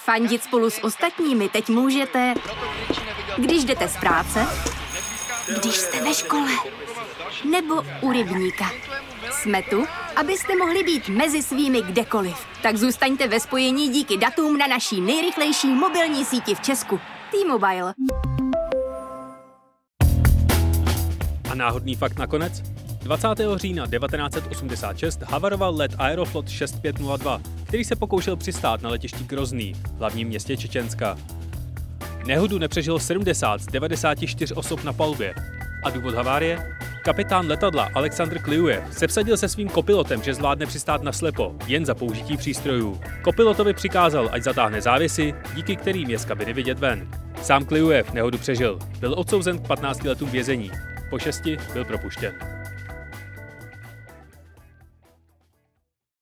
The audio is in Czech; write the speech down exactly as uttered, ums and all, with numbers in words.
Fandit spolu s ostatními teď můžete, když jdete z práce, když jste ve škole, nebo u rybníka. Jsme tu, abyste mohli být mezi svými kdekoliv. Tak zůstaňte ve spojení díky datům na naší nejrychlejší mobilní síti v Česku. T-Mobile. A náhodný fakt nakonec? dvacátého října devatenáct set osmdesát šest havaroval let Aeroflot šest pět nula dva, který se pokoušel přistát na letišti Grozný, hlavním městě Čečenska. Nehodu nepřežil sedmdesát z devadesáti čtyř osob na palubě. A důvod havárie? Kapitán letadla Aleksandr Kliujev se vsadil se svým kopilotem, že zvládne přistát naslepo, jen za použití přístrojů. Kopilotovi přikázal, ať zatáhne závěsy, díky kterým je z kabiny vidět ven. Sám Kliujev nehodu přežil. Byl odsouzen k patnácti letům vězení. Po šesti byl propuštěn.